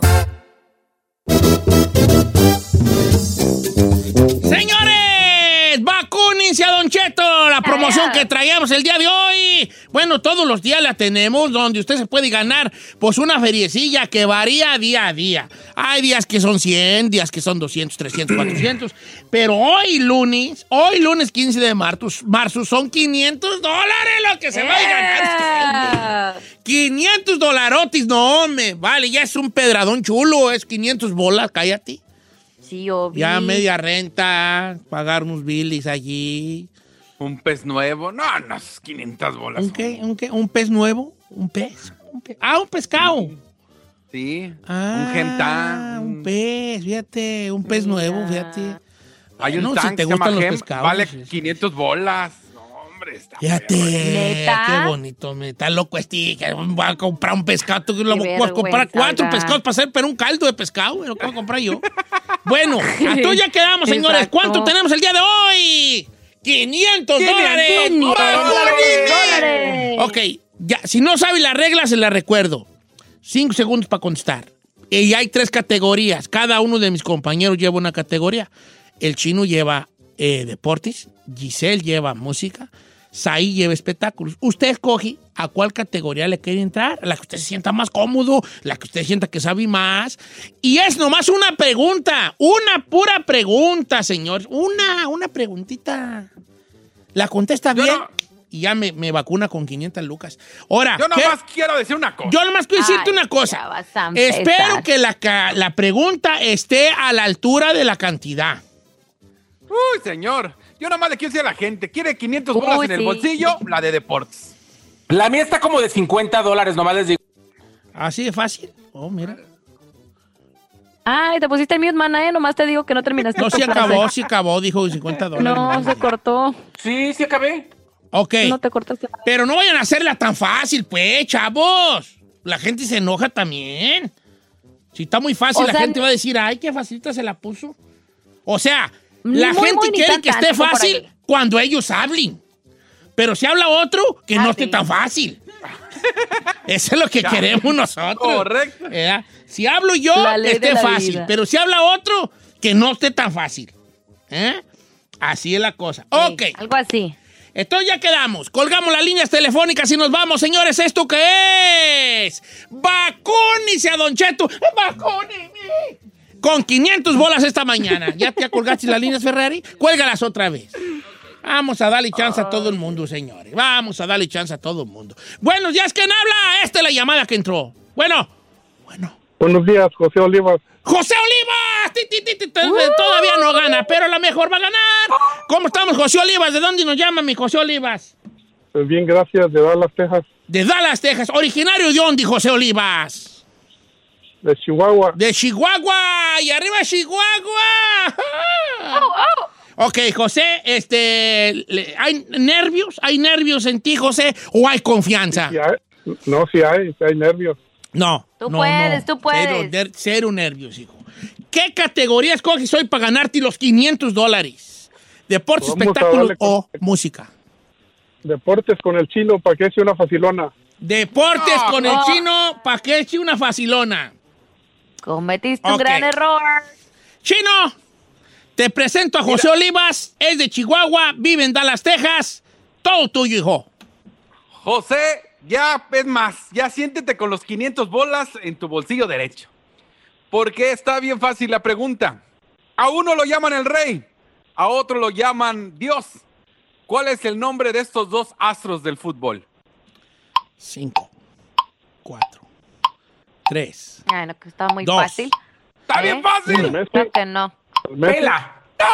Señores, vacúnense a Don Cheto. La promoción que traíamos el día de hoy. Bueno, todos los días la tenemos, donde usted se puede ganar pues una feriecilla que varía día a día. Hay días que son 100, días que son 200, 300, 400. Pero hoy lunes 15 de marzo, son $500 lo que se va a ganar. $500, no, hombre. Vale, ya es un pedradón chulo, es 500 bolas, cállate. Sí, obvio. Ya media renta, pagar unos bilis allí. Un pez nuevo. No, es 500 bolas. ¿Un qué? ¿Un pez nuevo? ¿Un pez? Ah, un pescado. Sí, un gentá. Un pez, fíjate, un pez nuevo, fíjate. Hay un no, tanque si te que se llama gustan los Gem, pescados. vale 500 bolas. No, hombre. Fíjate, ¿Neta? qué bonito, me está loco que voy a comprar un pescado, voy a comprar 4 vergüenza, pescados para hacer pero un caldo de pescado, lo que voy a comprar yo. Bueno, a ya quedamos, señores. Exacto. ¿Cuánto tenemos el día de hoy? ¡$500! $500. Ok, ya, si no sabe las reglas, se las recuerdo. 5 segundos para contestar. Y hay 3 categorías. Cada uno de mis compañeros lleva una categoría. El Chino lleva deportes, Giselle lleva música, Saí lleva espectáculos. Usted escoge a cuál categoría le quiere entrar, la que usted se sienta más cómodo, la que usted sienta que sabe más. Y es nomás una pregunta, una pura pregunta, señor. Una preguntita. La contesta bien y ya me vacuna con 500 lucas. Ahora, yo nomás quiero decir una cosa. Yo nomás quiero decirte una cosa. Espero que la pregunta esté a la altura de la cantidad. Uy, señor. Yo nomás le quiero decir a la gente, quiere 500 bolas en el bolsillo, la de deportes. La mía está como de $50, nomás les digo. Así de fácil. Oh, mira. Ay, te pusiste en mute, mana, nomás te digo que no terminaste. No, tu sí frase. acabó, dijo $50. No, se cortó. Sí, acabé. Ok. No te cortaste. Pero no vayan a hacerla tan fácil, pues, chavos. La gente se enoja también. Si está muy fácil, la gente va a decir, ay, qué facilita se la puso. O sea, la gente quiere que esté fácil cuando ellos hablen. Pero si habla otro, que no esté tan fácil. Eso es lo que queremos nosotros. Correcto. Si hablo yo, que esté fácil. Vida. Pero si habla otro, que no esté tan fácil. Así es la cosa. Sí, ok. Algo así. Entonces ya quedamos. Colgamos las líneas telefónicas y nos vamos, señores. ¿Esto qué es? ¡Vacúnese a Don Cheto! ¡Vacúnese! Con 500 bolas esta mañana. ¿Ya te colgaste las líneas, Ferrari? Cuélgalas otra vez. Vamos a darle chance a todo el mundo, señores. Vamos a darle chance a todo el mundo. Buenos días, ¿quién habla? Esta es la llamada que entró. Bueno. Buenos días, José Olivas. ¡José Olivas! Todavía no gana, pero a lo mejor va a ganar. ¿Cómo estamos, José Olivas? ¿De dónde nos llama mi José Olivas? Pues bien, gracias, de Dallas, Texas. De Dallas, Texas. ¿Originario de dónde, José Olivas? De Chihuahua. De Chihuahua. ¡Y arriba Chihuahua! Ok, José, ¿hay nervios? ¿Hay nervios en ti, José? ¿O hay confianza? Sí hay nervios. No. Tú puedes. Cero nervios, hijo. ¿Qué categoría escoges hoy para ganarte los $500? ¿Deportes, espectáculos o música? Deportes con el Chino, para que eche una facilona. Deportes con el Chino, para que eche una facilona. Cometiste un gran error. Chino, te presento a José Olivas, es de Chihuahua, vive en Dallas, Texas. Todo tuyo, hijo. José, ya es más, ya siéntete con los 500 bolas en tu bolsillo derecho. Porque está bien fácil la pregunta. A uno lo llaman el rey, a otro lo llaman Dios. ¿Cuál es el nombre de estos dos astros del fútbol? 5, 4, 3. Ay, no, que estaba muy 2. fácil. ¡Está bien fácil! Creo que no. ¡Pela!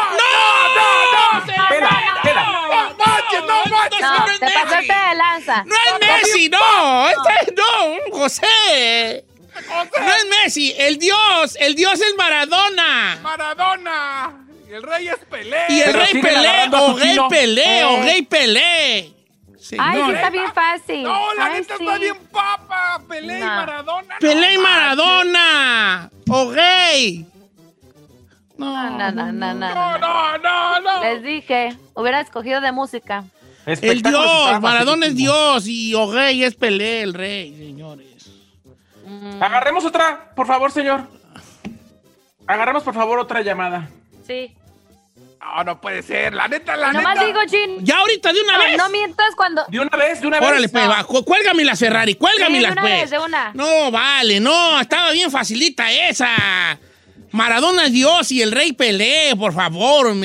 ¡No! ¡Pela! No, te pasaste de lanza. ¡No es Messi, no! ¡No, José! No es Messi, el Dios es Maradona. ¡Maradona! Y el rey es Pelé. Y el rey Pelé, o Rey Pelé. Ay, sí está bien fácil. No, la neta está bien papa. Pelé y Maradona. Pelé y Maradona. O Rey. No. Les dije, hubiera escogido de música. El Dios, Maradona es Dios y O'Reilly es Pelé, el rey, señores. Agarremos otra, por favor, señor. Agarremos, por favor, otra llamada. Sí. No puede ser, la neta. Nomás digo, Chin. Ya ahorita, de una vez. No mientas cuando... De una vez. Órale, pues, va, cuélgame las Ferrari, cuélgamelas, pues. De una. No, vale, no, estaba bien facilita esa. Maradona es Dios y el rey Pelé, por favor,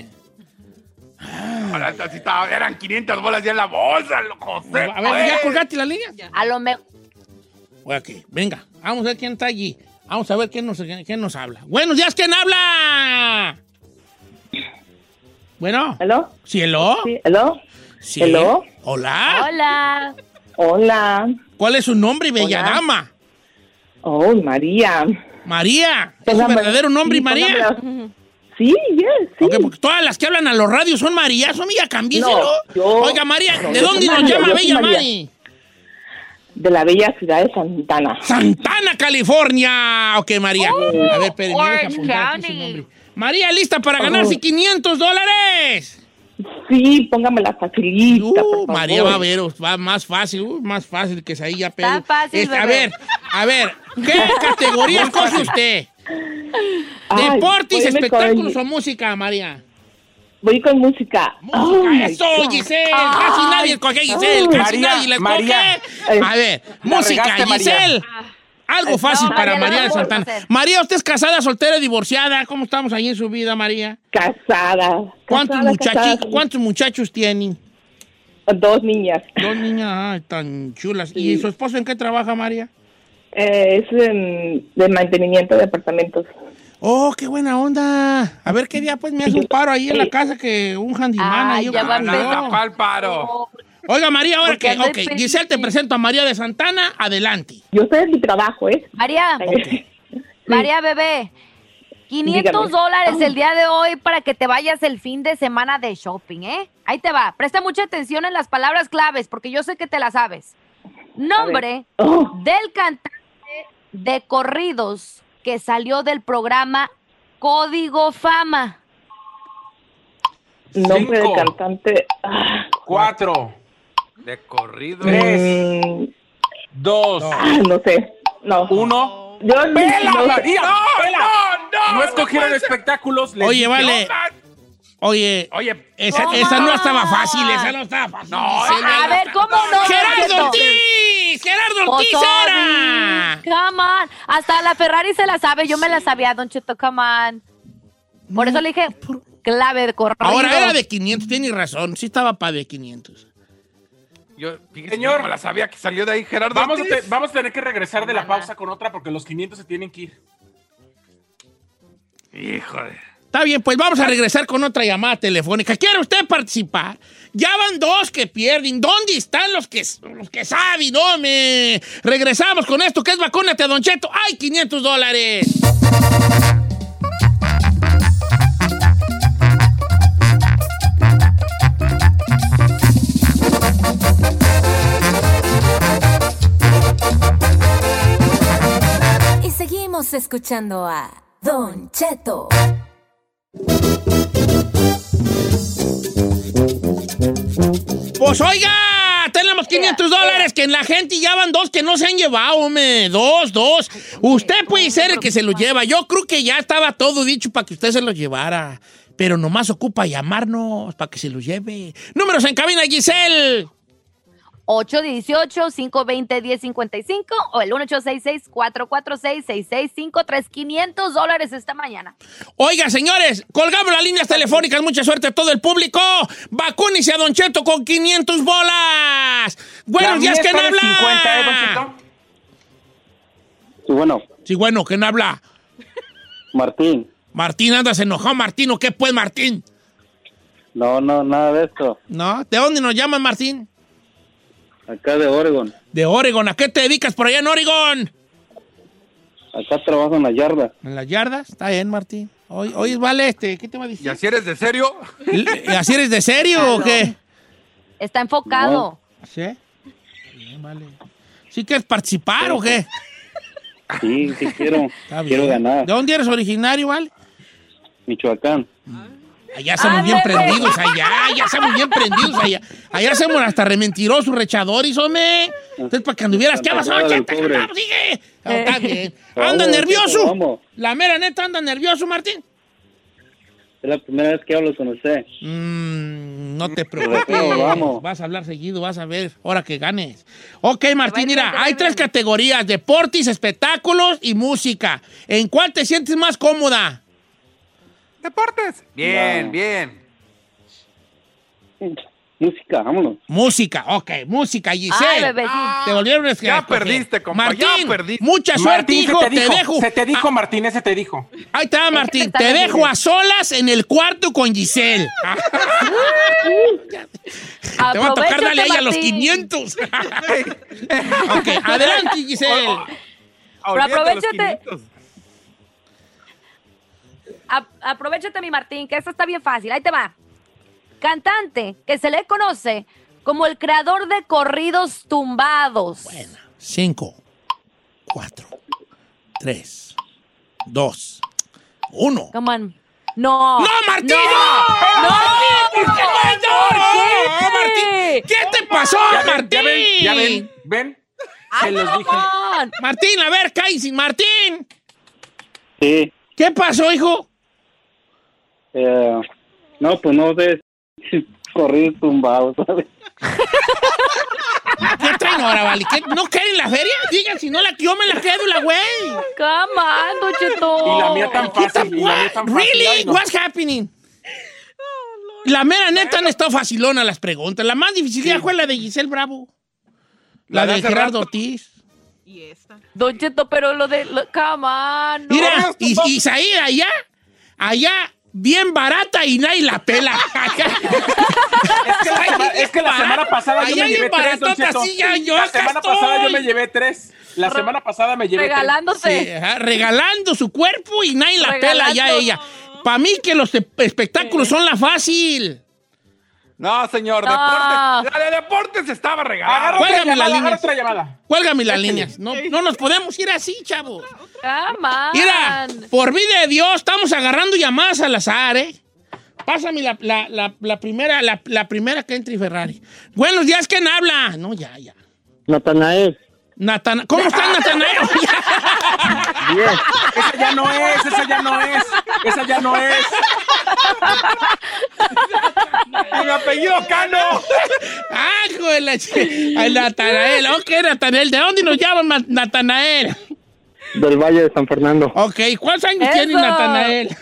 Eran 500 bolas ya en la bolsa, José. A ver, ¿ya colgaste la línea? A lo mejor. Ok, venga, vamos a ver quién está allí. Vamos a ver quién nos habla. Buenos días, ¿quién habla? Bueno. ¿Hello? ¿Sí, hello? Sí, ¿hello? Sí. ¿Hello? Hola. Hola. ¿Cuál es su nombre, bella dama? Oh, María. María. ¿Es su verdadero nombre, María? Sí, sí. Ok, porque todas las que hablan a los radios son María, son Milla, cámbieselo. No, yo- Oiga, María, no, ¿de yo dónde soy nos María, llama yo soy Bella María. Mari? De la bella ciudad de Santana. Santana, California. Ok, María. A ver, espérenme, deja Orange apuntar aquí su County. nombre. María, ¿lista para ganarse $500? Sí, póngamela facilita, por favor. María va a ver, va más fácil que ahí ya pedo. Tan fácil, bebé. A ver, ¿qué categoría escoge usted? Ay, ¿Deportes, voy a espectáculos con- o música, María? Voy con música. Música, eso, Giselle. Casi nadie escoge a Giselle. Casi María, nadie la escoge. María. A ver, música, regaste, María. Giselle. Algo fácil No, para María, María no de lo puedo Santana. hacer. María, ¿usted es casada, soltera, divorciada? ¿Cómo estamos ahí en su vida, María? Casada. Casada. ¿Cuántos muchachos tienen? 2 niñas. 2 niñas, ay, tan chulas. ¿Y su esposo en qué trabaja, María? Es de mantenimiento de apartamentos. Oh, qué buena onda. A ver qué día pues me hace un paro ahí en la casa que un handyman Ay, ahí. ya yo va a creo. empezar. Pa'l paro. Oiga, María, ahora Porque que, ando ok, en Giselle, te Felipe. presento a María de Santana, adelante. Yo estoy en mi trabajo, ¿eh? María, María, bebé. $500 el día de hoy para que te vayas el fin de semana de shopping, ¿eh? Ahí te va. Presta mucha atención en las palabras claves porque yo sé que te las sabes. Nombre del cantante de corridos que salió del programa Código Fama. Nombre del 5, cantante. 4, De corrido. 3, 2, No sé. No. 1. Yo ¡Pela, no sé. María! ¡Pela! No escogieron puede ser. espectáculos. les Oye, dije. vale. Oye, Oye, esa no estaba fácil, esa no estaba fácil. No, Giselle. A ver, ¿cómo no? ¡Gerardo Ortiz! Ortiz! ¡Gerardo Ortiz era! Come on. Hasta la Ferrari se la sabe. Yo me la sabía, Don Cheto, come on. Por eso le dije clave de corrido. Ahora era de 500, tienes razón. Sí estaba para de 500. yo, fíjese, Señor. yo no la sabía que salió de ahí Gerardo Vamos Ortiz. vamos a tener que regresar de la pausa con otra porque los 500 se tienen que ir. Híjole. Está bien, pues vamos a regresar con otra llamada telefónica. ¿Quiere usted participar? Ya van 2 que pierden. ¿Dónde están los que saben? No me. Regresamos con esto que es Vacúnate, Don Cheto. ¡Ay, $500! Y seguimos escuchando a Don Cheto. Pues oiga, tenemos $500 que en la gente ya van 2 que no se han llevado, hombre. 2. Usted puede ser el que se lo lleva. Yo creo que ya estaba todo dicho para que usted se lo llevara. Pero nomás ocupa llamarnos para que se lo lleve. Números en cabina, Giselle. 818-520-1055 o el 1866-446-6653. $500 esta mañana. Oiga, señores, colgamos las líneas telefónicas. Mucha suerte a todo el público. Vacúnese a Don Cheto con 500 bolas. Buenos días, ¿quién habla? 50, ¿eh, Don Cheto? Sí, bueno, Sí, bueno, ¿quién habla? Martín. Martín, andas enojado, Martín, ¿o qué pues, Martín? No, nada de esto. ¿No? ¿De dónde nos llaman, Martín? Acá de Oregon. De Oregon. ¿A qué te dedicas por allá en Oregon? Acá trabajo en la yarda. ¿En las yardas? Está bien, Martín. Hoy vale, ¿qué te va a decir? ¿Y así eres de serio? ¿Y así eres de serio o qué? Está enfocado. ¿Sí? Bien, vale. ¿Sí quieres participar o qué? Sí, quiero. Está bien. Quiero ganar. ¿De dónde eres originario, vale? Michoacán. Allá somos bien prendidos, allá somos bien prendidos, allá somos hasta rementirosos, rechadores, hombre. Entonces, para que anduvieras, ¿qué pasó, Cheta? Sigue. No, está bien. ¿Anda nervioso? Vamos. La mera neta, ¿anda nervioso, Martín? Es la primera vez que hablo con usted. No te preocupes. Vamos. Vas a hablar seguido, vas a ver, ahora que ganes. Ok, Martín, mira, hay 3 categorías: deportes, espectáculos y música. ¿En cuál te sientes más cómoda? Deportes. Bien, No. bien. Música, vámonos. Música, ok, música, Giselle. Ay, bebé, sí. Te volvieron a escoger. Ya perdiste, compa, Martín, ya perdiste. mucha suerte, Martín, hijo, te dejo. Se te dijo, Martín, ese te dijo. Ahí está, Martín, está te bien. dejo a solas en el cuarto con Giselle. Te va a tocar Aprovechate, darle ahí a los Martín. 500. Ok, adelante, Giselle. Olvídate los aprovechate. 500. aprovechate, mi Martín, que esta está bien fácil. Ahí te va. Cantante que se le conoce como el creador de corridos tumbados. Bueno, 5, 4, 3, 2, 1. Come on. No. ¡No, Martín! ¡No! ¡No! ¿Por qué, güey? ¡No! ¿Por qué? Martín! ¿Qué te pasó, Martín? Ya ven. Se ¡Ay, los dije. mamón! Martín, a ver, cállate. Martín. Sí. ¿Qué pasó, hijo? No, pues no sé. Corridos tumbados, ¿sabes? ¿Qué traen ahora, vale? ¿Qué, ¿no quieren la feria? Digan, si no la yo me la quedo, la güey. Come on, Don Cheto. Y la mía tan fácil. Really? Ay, no. What's happening? La mera neta han estado facilona las preguntas. La más difícil ya fue la de Giselle Bravo. La de Gerardo Ortiz. Y esta. Don Cheto, pero come on. No. Mira, y Saí allá, bien barata y nadie la pela. Es que la semana pasada yo me llevé 3, Don Cheto. La semana pasada yo me llevé 3. La semana pasada me llevé 3. Regalándose. Sí, regalando su cuerpo y nadie la pela ya ella. Para mí que los espectáculos son la fácil. No, señor, No. deportes. La de deportes estaba regalada. Cuélgame las líneas. Otra llamada. Cuélgame las líneas. No nos podemos ir así, chavos. Come on. Mira, por vida de Dios, estamos agarrando llamadas al azar, ¿eh? Pásame la primera que entre Ferrari. Buenos días, ¿quién habla? No, ya. Natanael. ¿Cómo estás, Natanael? Bien. Esa ya no es. Mi apellido Cano. Ay, Natanael. Ok, Natanael. ¿De dónde nos llaman, Natanael? Del Valle de San Fernando. Ok, ¿cuántos años tiene Natanael?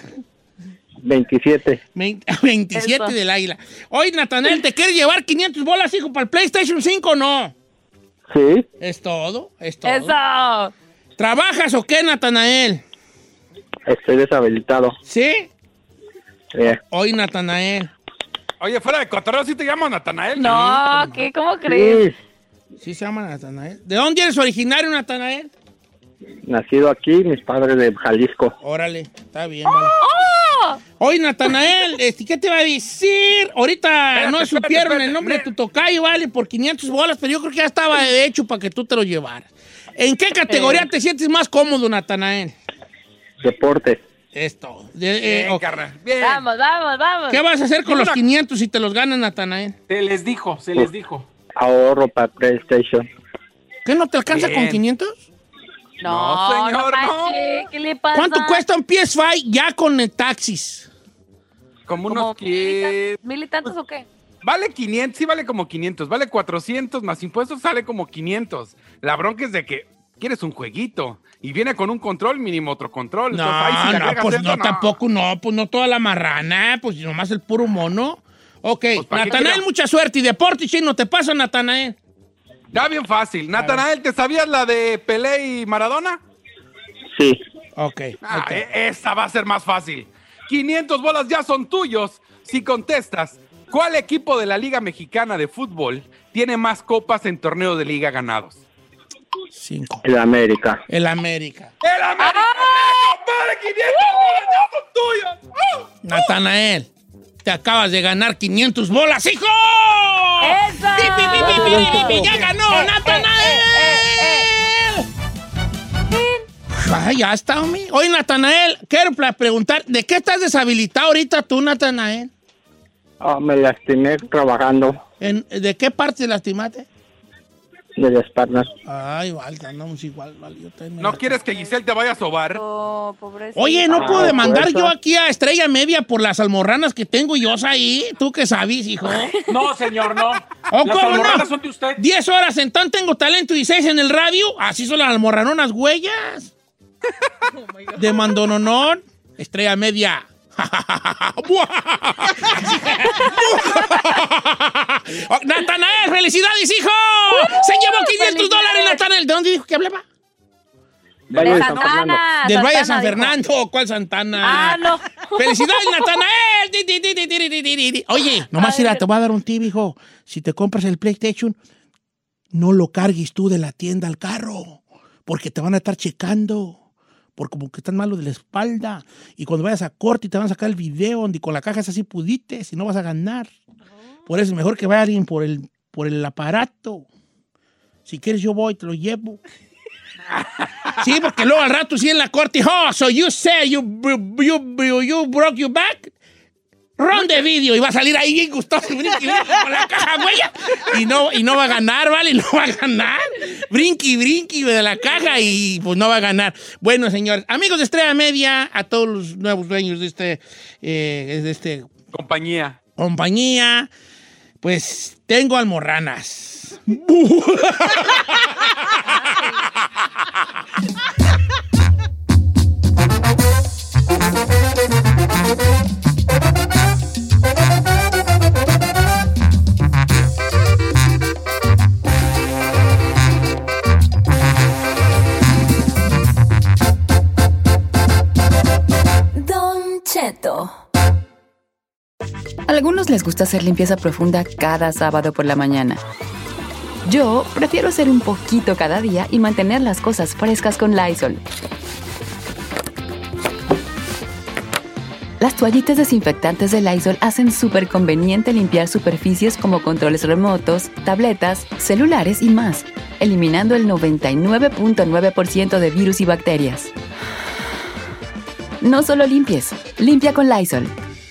27. 27 Eso. del Águila. Oye, Natanael, ¿te quieres llevar 500 bolas, hijo, para el PlayStation 5 o no? Sí. Es todo. Eso. ¿Trabajas o qué, Natanael? Estoy deshabilitado. ¿Sí? Oye, Natanael. Oye, fuera de cotorreo, ¿sí te llamas Natanael? No, ¿qué? ¿Cómo crees? Sí se llama Natanael. ¿De dónde eres originario, Natanael? Nacido aquí, mis padres de Jalisco. Órale, está bien, vale. ¡Oh! Oye, Natanael, ¿qué te va a decir? Ahorita no supieron el nombre de tu tocayo, vale, por 500 bolas, pero yo creo que ya estaba de hecho para que tú te lo llevaras. ¿En qué categoría te sientes más cómodo, Natanael? Deportes. Es todo. Bien, carnal. Bien. Vamos. ¿Qué vas a hacer con los 500 si te los ganas, Natanael? Se les dijo. Ahorro para PlayStation. ¿Qué no te alcanza Bien. con 500? No, señor, no. manches, ¿qué le pasa? ¿Cuánto cuesta un PS5 ya con taxis? Como ¿Como unos que... mil y tantos o qué? Vale 500, sí vale como 500. Vale 400 más impuestos, sale como 500. La bronca es de que quieres un jueguito y viene con un control, mínimo otro control. No, Entonces, ahí si le agregas pues eso, no, tampoco, no, pues no toda la marrana, pues nomás el puro mono. Ok, ¿para qué Natanael, quiero? mucha suerte y deporte, chino, te pasa, Natanael. Ya bien fácil. Natanael, ¿te sabías la de Pelé y Maradona? Sí. Ok. Esa va a ser más fácil. 500 bolas ya son tuyos si contestas. ¿Cuál equipo de la Liga Mexicana de Fútbol tiene más copas en torneo de liga ganados? 5. El América. El América. ¡El América! ¡Compadre, 500 bolas ya son tuyos! Natanael, te acabas de ganar 500 bolas, hijo. ¡Eso! ¡Ya ganó, Natanael! Ay, ya está, homie. Oye, Natanael, quiero preguntar, ¿de qué estás deshabilitado ahorita tú, Natanael? Me lastimé trabajando ¿De qué parte lastimaste? de las piernas. Ay, vale, andamos igual, vale. Yo también ¿No quieres que Giselle te vaya a sobar? Oh, pobrecito. Oye, ¿no puedo demandar pues, yo aquí a Estrella Media por las almorranas que tengo yo ahí? ¿Tú qué sabes, hijo? No, señor, no. ¿O Las cómo almorranas no? son de usted. 10 horas entonces tengo talento y 6 en el radio. Así son las almorranonas huellas. De Mandononón. Estrella Media. Natanael, felicidades, hijo. Se llevó $500, Natanael. ¿De dónde dijo que hablaba? Valle De de San Fernando. Santana. Del Valle de San Santana, dijo. Fernando. ¿Cuál Santana? Ah, no. ¡Felicidades, Natanael! Di, di, di, di, di, di, di, di. Oye, nomás Ay, mira, te voy a dar un tip, hijo. Si te compras el PlayStation, no lo cargues tú de la tienda al carro, porque te van a estar checando. Porque como que estás malo de la espalda. Y cuando vayas a corte te van a sacar el video donde con la caja es así pudites y no vas a ganar. Por eso es mejor que vaya alguien por el aparato. Si quieres yo voy, te lo llevo. Sí, porque luego al rato sí en la corte, oh, so you say you broke your back? Run the video. Y va a salir ahí bien gustoso con la caja, güey. Y no va a ganar, ¿vale? No va a ganar. Brinqui de la caja y pues no va a ganar. Bueno, señores, amigos de Estrella Media, a todos los nuevos dueños de este compañía, pues tengo almorranas. Don Cheto. A algunos les gusta hacer limpieza profunda cada sábado por la mañana. Yo prefiero hacer un poquito cada día y mantener las cosas frescas con Lysol. Las toallitas desinfectantes de Lysol hacen súper conveniente limpiar superficies como controles remotos, tabletas, celulares y más, eliminando el 99.9% de virus y bacterias. No solo limpies, limpia con Lysol.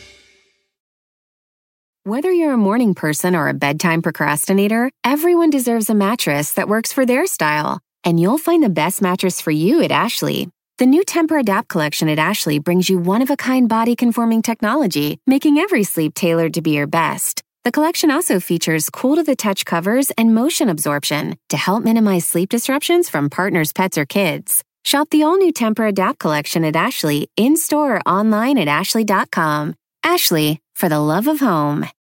Whether you're a morning person or a bedtime procrastinator, everyone deserves a mattress that works for their style. And you'll find the best mattress for you at Ashley. The new Tempur-Adapt collection at Ashley brings you one-of-a-kind body-conforming technology, making every sleep tailored to be your best. The collection also features cool-to-the-touch covers and motion absorption to help minimize sleep disruptions from partners, pets, or kids. Shop the all-new Tempur-Adapt collection at Ashley, in-store or online at ashley.com. Ashley, for the love of home.